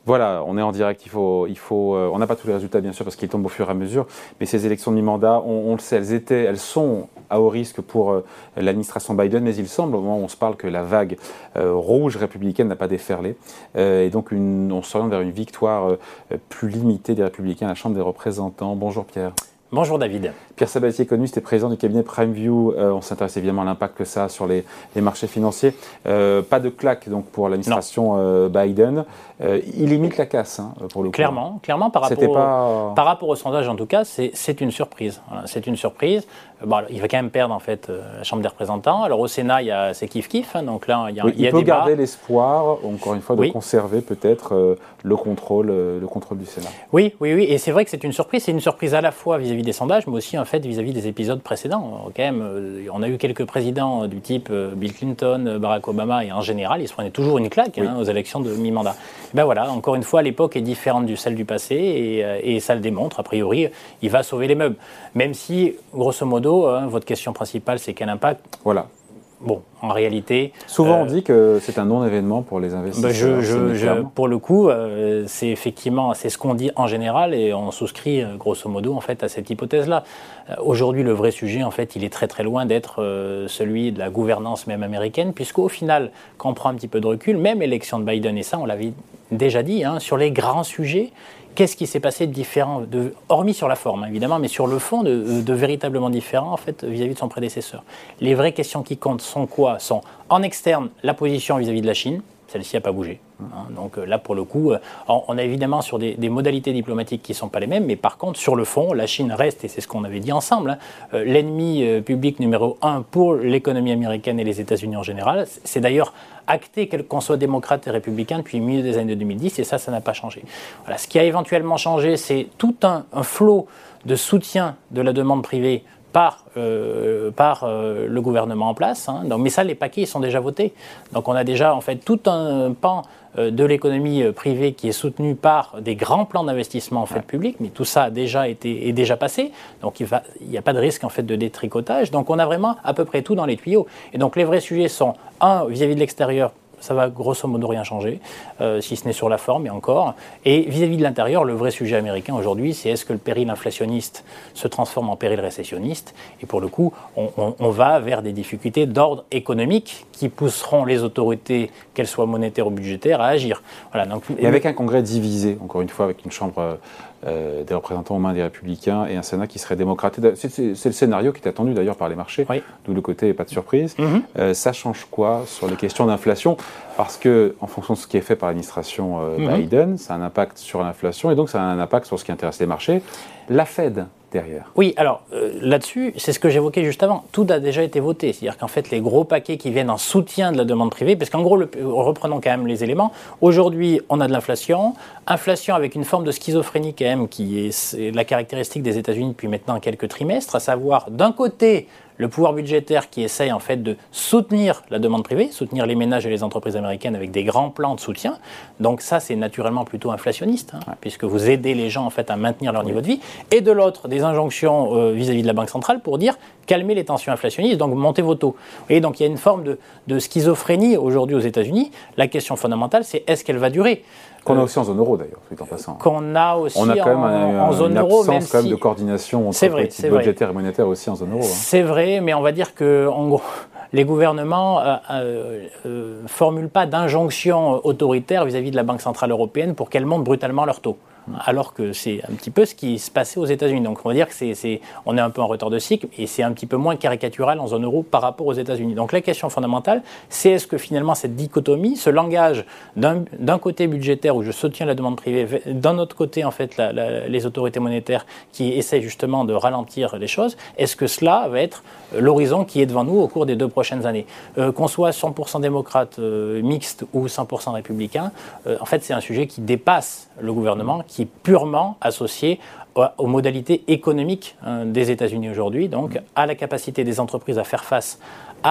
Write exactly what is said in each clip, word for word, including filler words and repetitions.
Voilà, on est en direct, il faut, il faut, euh, on n'a pas tous les résultats bien sûr parce qu'ils tombent au fur et à mesure, mais ces élections de mi-mandat, on, on le sait, elles étaient, elles sont à haut risque pour euh, l'administration Biden, mais il semble au moment où on se parle que la vague euh, rouge républicaine n'a pas déferlé, euh, et donc une, on s'oriente vers une victoire euh, plus limitée des républicains à la Chambre des représentants. Bonjour Pierre. Bonjour David. Pierre Sabatier, économiste et président du cabinet PrimeView. Euh, on s'intéresse évidemment à l'impact que ça a sur les, les marchés financiers. Euh, pas de claque donc pour l'administration euh, Biden. Euh, il limite la casse hein, pour le coup. Clairement, clairement par rapport, au, pas... par rapport au sondage en tout cas, c'est, c'est une surprise. Voilà, c'est une surprise. Bon, alors, il va quand même perdre en fait la Chambre des représentants. Alors au Sénat, il y a, c'est kiff-kiff. Hein, donc là, il y a, oui, il y a il peut débat. garder l'espoir, encore une fois, de oui. conserver peut-être euh, le contrôle, euh, le contrôle du Sénat. Oui, oui, oui. Et c'est vrai que c'est une surprise. C'est une surprise à la fois vis-à-vis des sondages, mais aussi en fait vis-à-vis des épisodes précédents. Quand même, euh, on a eu quelques présidents du type euh, Bill Clinton, Barack Obama, et en général, ils se prenaient toujours une claque oui. hein, aux élections de mi-mandat. Et ben voilà, encore une fois, l'époque est différente de celle du passé, et, euh, et ça le démontre. A priori, il va sauver les meubles. Même si, grosso modo, hein, votre question principale, c'est quel impact. Voilà. Bon, en réalité... Souvent, euh, on dit que c'est un non-événement pour les investisseurs. Ben je, je, je, pour le coup, euh, c'est effectivement c'est ce qu'on dit en général et on souscrit euh, grosso modo en fait à cette hypothèse-là. Euh, aujourd'hui, le vrai sujet, en fait, il est très très loin d'être euh, celui de la gouvernance même américaine, puisqu'au final, quand on prend un petit peu de recul, même l'élection de Biden, et ça, on l'avait déjà dit, hein, sur les grands sujets, qu'est-ce qui s'est passé de différent, de, hormis sur la forme, hein, évidemment, mais sur le fond, de, de véritablement différent, en fait, vis-à-vis de son prédécesseur. Les vraies questions qui comptent sont quoi ? Sont, en externe, la position vis-à-vis de la Chine. Celle-ci n'a pas bougé. Hein, donc là, pour le coup, on, on est évidemment sur des, des modalités diplomatiques qui ne sont pas les mêmes, mais par contre, sur le fond, la Chine reste, et c'est ce qu'on avait dit ensemble, hein, euh, l'ennemi euh, public numéro un pour l'économie américaine et les États-Unis en général. C'est d'ailleurs acté qu'on soit démocrate et républicain depuis le milieu des années deux mille dix, et ça, ça n'a pas changé. Voilà. Ce qui a éventuellement changé, c'est tout un, un flot de soutien de la demande privée par, euh, par euh, le gouvernement en place. Hein. Donc, mais ça, les paquets, ils sont déjà votés. Donc on a déjà en fait tout un pan euh, de l'économie euh, privée qui est soutenu par des grands plans d'investissement en fait, ouais. publics, mais tout ça a déjà été, est déjà passé. Donc il n'y a pas de risque en fait, de détricotage. Donc on a vraiment à peu près tout dans les tuyaux. Et donc les vrais sujets sont, un, vis-à-vis de l'extérieur, ça va grosso modo rien changer, euh, si ce n'est sur la forme et encore. Et vis-à-vis de l'intérieur, le vrai sujet américain aujourd'hui, c'est est-ce que le péril inflationniste se transforme en péril récessionniste ? Et pour le coup, on, on, on va vers des difficultés d'ordre économique qui pousseront les autorités, qu'elles soient monétaires ou budgétaires, à agir. Voilà, donc, et avec un congrès divisé, encore une fois, avec une chambre euh, des représentants aux mains des républicains et un Sénat qui serait démocrate. C'est, c'est, c'est le scénario qui est attendu d'ailleurs par les marchés, oui. d'où le côté pas de surprise. Mm-hmm. Euh, ça change quoi sur les questions d'inflation ? Parce que, en fonction de ce qui est fait par l'administration euh, mm-hmm. Biden, ça a un impact sur l'inflation et donc ça a un impact sur ce qui intéresse les marchés. La Fed, derrière. Oui, alors euh, là-dessus, c'est ce que j'évoquais juste avant. Tout a déjà été voté. C'est-à-dire qu'en fait, les gros paquets qui viennent en soutien de la demande privée, parce qu'en gros, le, reprenons quand même les éléments. Aujourd'hui, on a de l'inflation. Inflation avec une forme de schizophrénie quand même, qui est, c'est la caractéristique des États-Unis depuis maintenant quelques trimestres, à savoir, d'un côté, le pouvoir budgétaire qui essaye en fait de soutenir la demande privée, soutenir les ménages et les entreprises américaines avec des grands plans de soutien. Donc ça, c'est naturellement plutôt inflationniste, hein, ouais. puisque vous aidez les gens en fait à maintenir leur oui. niveau de vie. Et de l'autre, des injonctions euh, vis-à-vis de la Banque centrale pour dire calmez les tensions inflationnistes, donc montez vos taux. Vous voyez, donc il y a une forme de, de schizophrénie aujourd'hui aux États-Unis. La question fondamentale, c'est est-ce qu'elle va durer ? Qu'on a aussi en zone euro d'ailleurs, tout en passant. Qu'on a aussi On a quand même en, un, en zone une euro, absence même quand même si de coordination entre c'est vrai, politique budgétaire et monétaire aussi en zone euro. Hein. C'est vrai, mais on va dire que en gros, les gouvernements euh, euh, euh, formulent pas d'injonction autoritaire vis-à-vis de la Banque centrale européenne pour qu'elle monte brutalement leurs taux. Alors que c'est un petit peu ce qui se passait aux États-Unis. Donc on va dire que c'est, c'est, on est un peu en retard de cycle et c'est un petit peu moins caricatural en zone euro par rapport aux États-Unis. Donc la question fondamentale, c'est est-ce que finalement cette dichotomie, ce langage d'un, d'un côté budgétaire où je soutiens la demande privée, d'un autre côté en fait la, la, les autorités monétaires qui essaient justement de ralentir les choses, est-ce que cela va être l'horizon qui est devant nous au cours des deux prochaines années ? euh, Qu'on soit cent pour cent démocrate euh, mixte ou cent pour cent républicain, euh, en fait c'est un sujet qui dépasse le gouvernement, qui est purement associé aux modalités économiques hein, des États-Unis aujourd'hui, donc à la capacité des entreprises à faire face à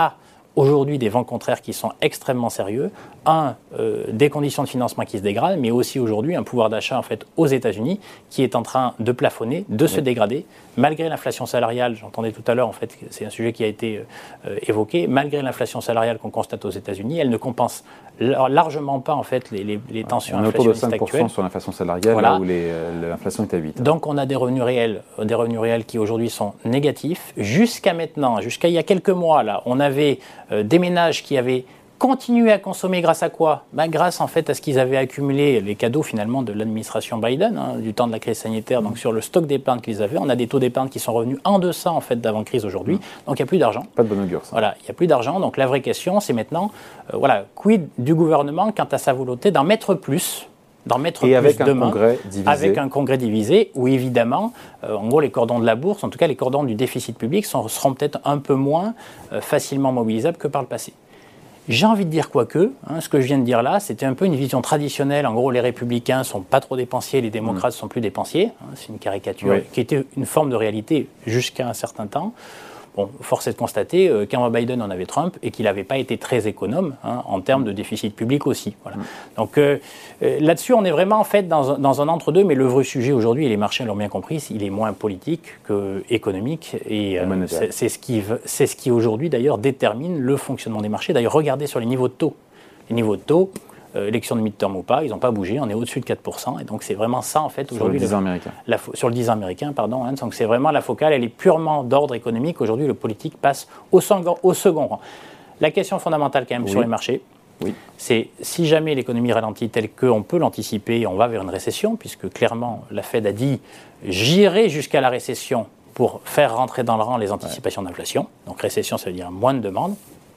aujourd'hui des vents contraires qui sont extrêmement sérieux. Un, euh, des conditions de financement qui se dégradent, mais aussi aujourd'hui un pouvoir d'achat en fait aux États-Unis qui est en train de plafonner, de oui. se dégrader, malgré l'inflation salariale. J'entendais tout à l'heure, en fait, c'est un sujet qui a été euh, évoqué. Malgré l'inflation salariale qu'on constate aux États-Unis, elle ne compense largement pas en fait les, les, les tensions on inflationnistes actuelles. On est autour de cinq pour cent sur l'inflation salariale, voilà. Là où les, euh, l'inflation est à huit. Donc on a des revenus réels, des revenus réels qui aujourd'hui sont négatifs. Jusqu'à maintenant, jusqu'à il y a quelques mois, là, on avait euh, des ménages qui avaient continué à consommer grâce à quoi ? Ben, grâce en fait à ce qu'ils avaient accumulé, les cadeaux finalement de l'administration Biden, hein, du temps de la crise sanitaire, donc sur le stock d'épargne qu'ils avaient. On a des taux d'épargne qui sont revenus en deçà en fait d'avant-crise aujourd'hui, mmh. donc il n'y a plus d'argent. Pas de bon augure ça. Voilà, il n'y a plus d'argent, donc la vraie question c'est maintenant, euh, voilà, quid du gouvernement quant à sa volonté d'en mettre plus d'en mettre et plus avec demain, un congrès divisé. Avec un congrès divisé, où évidemment, euh, en gros, les cordons de la bourse, en tout cas les cordons du déficit public, sont, seront peut-être un peu moins euh, facilement mobilisables que par le passé. J'ai envie de dire quoique, hein, ce que je viens de dire là, c'était un peu une vision traditionnelle. En gros, les républicains ne sont pas trop dépensiers, les démocrates ne mmh. sont plus dépensiers. Hein, c'est une caricature oui. qui était une forme de réalité jusqu'à un certain temps. Bon, force est de constater euh, qu'avant Biden, on avait Trump et qu'il n'avait pas été très économe hein, en termes de déficit public aussi. Voilà. Mmh. Donc euh, euh, là-dessus, on est vraiment en fait dans, dans un entre-deux, mais le vrai sujet aujourd'hui, et les marchés l'ont bien compris, il est moins politique qu'économique. Et euh, c'est, c'est ce qui, c'est ce qui aujourd'hui d'ailleurs détermine le fonctionnement des marchés. D'ailleurs, regardez sur les niveaux de taux. Les niveaux de taux, Euh, élection de mid-term ou pas, ils n'ont pas bougé, on est au-dessus de quatre pour cent, et donc c'est vraiment ça en fait aujourd'hui. Sur le dix ans américain. La, sur le dix ans américain, pardon, hein, donc c'est vraiment la focale, elle est purement d'ordre économique. Aujourd'hui, le politique passe au second, au second rang. La question fondamentale quand même oui. sur les marchés, oui. c'est si jamais l'économie ralentit telle qu'on peut l'anticiper, on va vers une récession, puisque clairement la Fed a dit « j'irai jusqu'à la récession pour faire rentrer dans le rang les anticipations ouais. d'inflation ». Donc récession, ça veut dire moins de demande.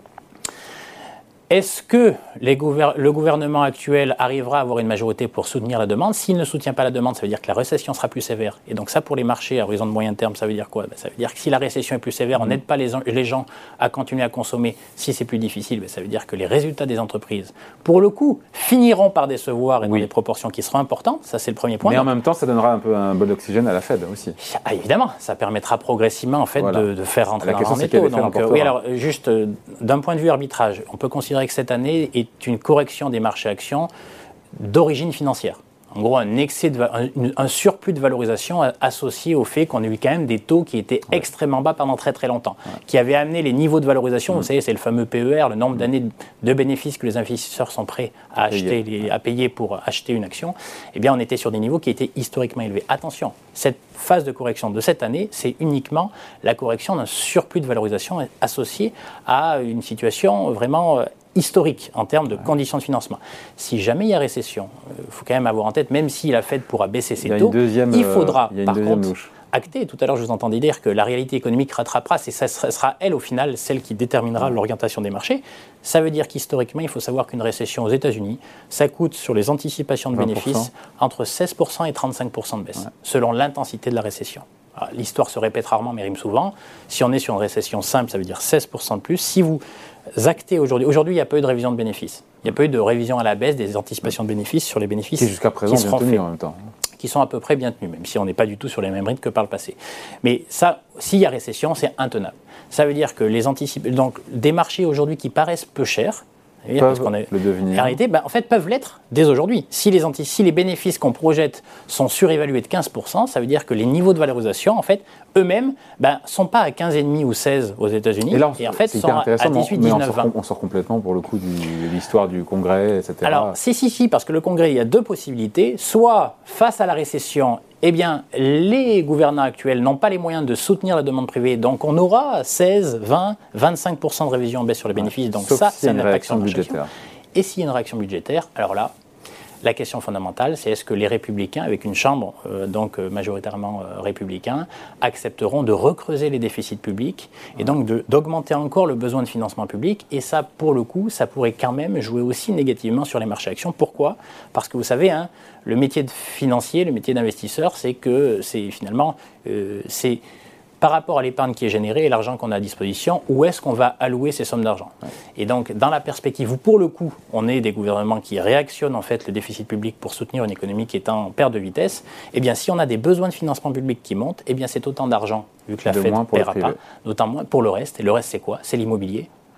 Est-ce que les gouver- le gouvernement actuel arrivera à avoir une majorité pour soutenir la demande ? S'il ne soutient pas la demande, ça veut dire que la récession sera plus sévère. Et donc ça, pour les marchés à horizon de moyen terme, ça veut dire quoi ? Ben, ça veut dire que si la récession est plus sévère, on n'aide pas les, les gens à continuer à consommer. Si c'est plus difficile, ben, ça veut dire que les résultats des entreprises, pour le coup, finiront par décevoir et dans oui. des proportions qui seront importantes. Ça, c'est le premier point. Mais donc, en même temps, ça donnera un peu un bol d'oxygène à la Fed aussi. Ah, évidemment, ça permettra progressivement en fait, voilà. de, de faire rentrer la dans le taux. Donc, euh, oui, alors, juste euh, d'un point de vue arbitrage, on peut considérer que cette année est une correction des marchés actions d'origine financière. En gros, un, excès de, un, un surplus de valorisation associé au fait qu'on a eu quand même des taux qui étaient ouais. extrêmement bas pendant très très longtemps, ouais. qui avaient amené les niveaux de valorisation, mmh. vous savez, c'est le fameux P E R, le nombre mmh. d'années de bénéfices que les investisseurs sont prêts à, acheter, les, à payer pour acheter une action. Eh bien, on était sur des niveaux qui étaient historiquement élevés. Attention, cette phase de correction de cette année, c'est uniquement la correction d'un surplus de valorisation associé à une situation vraiment euh, historique en termes de ouais. conditions de financement. Si jamais il y a récession, il euh, faut quand même avoir en tête, même si la Fed pourra baisser ses taux, deuxième, il faudra euh, il par contre louche. acter. Tout à l'heure, je vous entendais dire que la réalité économique rattrapera, et ça sera elle, au final, celle qui déterminera ouais. l'orientation des marchés. Ça veut dire qu'historiquement, il faut savoir qu'une récession aux États-Unis, ça coûte sur les anticipations de bénéfices entre seize pour cent et trente-cinq pour cent de baisse, ouais. selon l'intensité de la récession. Alors, l'histoire se répète rarement, mais rime souvent. Si on est sur une récession simple, ça veut dire seize pour cent de plus. Si vous actez aujourd'hui, aujourd'hui, il n'y a pas eu de révision de bénéfices. Il n'y a pas eu de révision à la baisse des anticipations de bénéfices sur les bénéfices qui jusqu'à présent qui seront bien faits, en même temps. qui sont à peu près bien tenus, même si on n'est pas du tout sur les mêmes rythmes que par le passé. Mais ça, s'il y a récession, c'est intenable. Ça veut dire que les anticip... donc des marchés aujourd'hui qui paraissent peu chers, peuvent parce qu'on a... le devenir. En réalité, ben, en fait, peuvent l'être dès aujourd'hui. Si les, anti... si les bénéfices qu'on projette sont surévalués de quinze pour cent, ça veut dire que les niveaux de valorisation, en fait, eux-mêmes, ne ben, sont pas à quinze virgule cinq ou seize aux États-Unis, et, là, et en fait, sont à dix-huit, dix-neuf, vingt. On sort complètement, pour le coup, de l'histoire du Congrès, et cetera. Alors, si, si, si, parce que le Congrès, il y a deux possibilités. Soit, face à la récession, eh bien, les gouvernants actuels n'ont pas les moyens de soutenir la demande privée, donc on aura seize, vingt, vingt-cinq pour cent de révision en baisse sur les bénéfices, donc Sauf ça, si c'est une réaction budgétaire. Et s'il y a une réaction budgétaire, alors là, la question fondamentale, c'est est-ce que les républicains, avec une chambre euh, donc euh, majoritairement euh, républicain, accepteront de recreuser les déficits publics et donc de, d'augmenter encore le besoin de financement public. Et ça, pour le coup, ça pourrait quand même jouer aussi négativement sur les marchés actions. Pourquoi ? Parce que vous savez, hein, le métier de financier, le métier d'investisseur, c'est que c'est finalement, euh, c'est par rapport à l'épargne qui est générée et l'argent qu'on a à disposition, où est-ce qu'on va allouer ces sommes d'argent ? Ouais. Et donc, dans la perspective où, pour le coup, on est des gouvernements qui réactionnent en fait le déficit public pour soutenir une économie qui est en perte de vitesse, eh bien, si on a des besoins de financement public qui montent, eh bien, c'est autant d'argent, vu que la Fed ne paiera pas, d'autant moins pour le reste. Et le reste, c'est quoi ? C'est l'immobilier.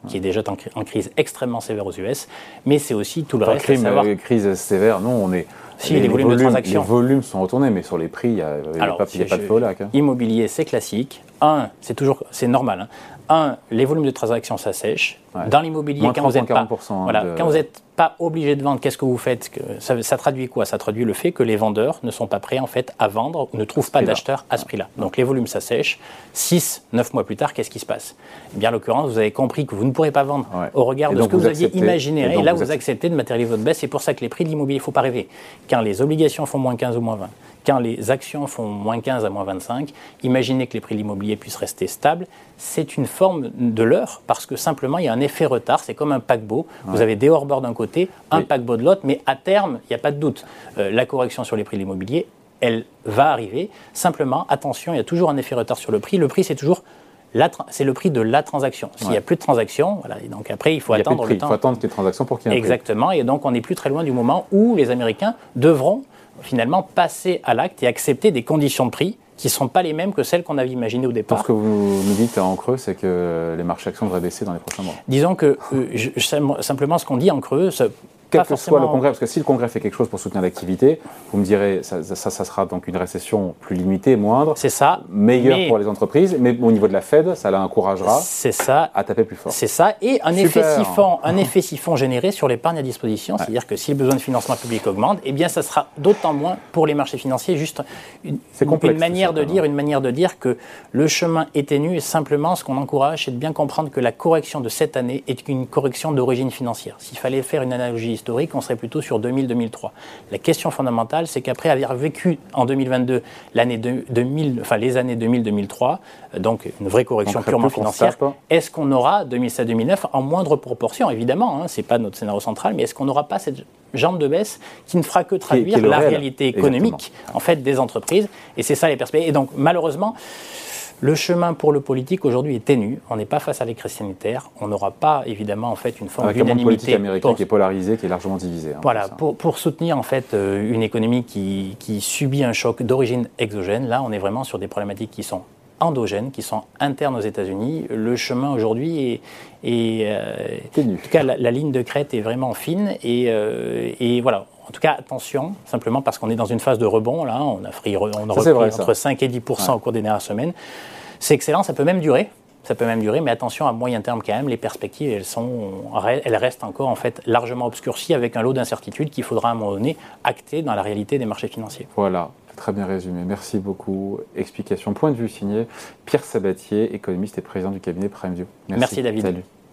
qui est déjà en, en crise extrêmement sévère aux U S, mais c'est aussi tout le Pas reste. Crime, à savoir... crise sévère, non, on est... Si, les, les, volumes, volumes de transactions. Les volumes sont retournés, mais sur les prix, il n'y a, a, a pas, a pas de feu au lac. Hein. Immobilier, c'est classique. Un, c'est toujours, c'est normal. Hein. Un, les volumes de transactions s'assèchent. Ouais. Dans l'immobilier, quand vous n'êtes pas, voilà, de... quand vous n'êtes pas obligé de vendre, qu'est-ce que vous faites? ça, ça traduit quoi? Ça traduit le fait que les vendeurs ne sont pas prêts en fait à vendre ou ne trouvent pas d'acheteurs à ce prix-là. Donc les volumes s'assèchent. six, neuf mois plus tard, qu'est-ce qui se passe? Eh bien, en l'occurrence, vous avez compris que vous ne pourrez pas vendre ouais. au regard et de ce que vous, vous aviez imaginé. Et, et là, vous, vous acceptez de matérialiser votre baisse. C'est pour ça que les prix de l'immobilier, il ne faut pas rêver. Quand les obligations font moins quinze ou moins vingt, quand les actions font moins quinze à moins vingt-cinq, imaginez que les prix de l'immobilier puissent rester stables. C'est une forme de leurre parce que simplement, il y a un effet retard. C'est comme un paquebot. Ouais. Vous avez des hors-bords d'un côté, un oui. paquebot de l'autre, mais à terme, il n'y a pas de doute. Euh, la correction sur les prix de l'immobilier, elle va arriver. Simplement, attention, il y a toujours un effet retard sur le prix. Le prix, c'est toujours... La tra- c'est le prix de la transaction. S'il n'y ouais. a plus de transactions, voilà, et donc après, il faut il attendre le temps. Il faut attendre qu'il y ait des transactions pour qu'il y ait un Exactement, prix. Et donc on n'est plus très loin du moment où les Américains devront finalement passer à l'acte et accepter des conditions de prix qui ne sont pas les mêmes que celles qu'on avait imaginées au départ. Donc ce que vous nous dites en creux, c'est que les marchés actions devraient baisser dans les prochains mois. Disons que, euh, je, simplement ce qu'on dit en creux... Ça, Quel que forcément... soit le Congrès, parce que si le Congrès fait quelque chose pour soutenir l'activité, vous me direz, ça, ça, ça sera donc une récession plus limitée, moindre, c'est ça, meilleure mais... pour les entreprises, mais au niveau de la Fed, ça l'encouragera c'est ça, à taper plus fort. C'est ça, et un effet, siphon, un effet siphon généré sur l'épargne à disposition, ouais. c'est-à-dire que si le besoin de financement public augmente, eh bien ça sera d'autant moins pour les marchés financiers, juste une, complexe, une manière de dire, une manière de dire que le chemin est ténu, et simplement ce qu'on encourage, c'est de bien comprendre que la correction de cette année est une correction d'origine financière. S'il fallait faire une analogie historique, on serait plutôt sur deux mille deux mille trois. La question fondamentale, c'est qu'après avoir vécu en deux mille vingt-deux l'année deux mille, enfin les années deux mille deux mille trois, donc une vraie correction donc, purement financière, est-ce qu'on aura deux mille sept deux mille neuf en moindre proportion? Évidemment, hein, ce n'est pas notre scénario central, mais est-ce qu'on n'aura pas cette jambe de baisse qui ne fera que traduire qui est, qui est la réel. réalité économique en fait, des entreprises? Et c'est ça les perspectives. Et donc malheureusement, le chemin pour le politique aujourd'hui est ténu. On n'est pas face à la crise sanitaire. On n'aura pas évidemment en fait une forme avec d'unanimité. Avec un monde politique américain pour... qui est polarisé, qui est largement divisé. Hein, voilà, pour, pour soutenir en fait euh, une économie qui, qui subit un choc d'origine exogène. Là, on est vraiment sur des problématiques qui sont endogènes, qui sont internes aux États-Unis. Le chemin aujourd'hui est, est euh, ténu. En tout cas, la, la ligne de crête est vraiment fine et, euh, et voilà. En tout cas, attention, simplement parce qu'on est dans une phase de rebond. Là, on a, pris, on a repris vrai, entre cinq et dix pour cent ouais. au cours des dernières semaines. C'est excellent, ça peut même durer. Ça peut même durer, mais attention, à moyen terme quand même, les perspectives, elles, sont, elles restent encore en fait largement obscurcies avec un lot d'incertitudes qu'il faudra à un moment donné acter dans la réalité des marchés financiers. Voilà, très bien résumé. Merci beaucoup. Explication, point de vue signé Pierre Sabatier, économiste et président du cabinet PrimeView. Merci, Merci David. Salut.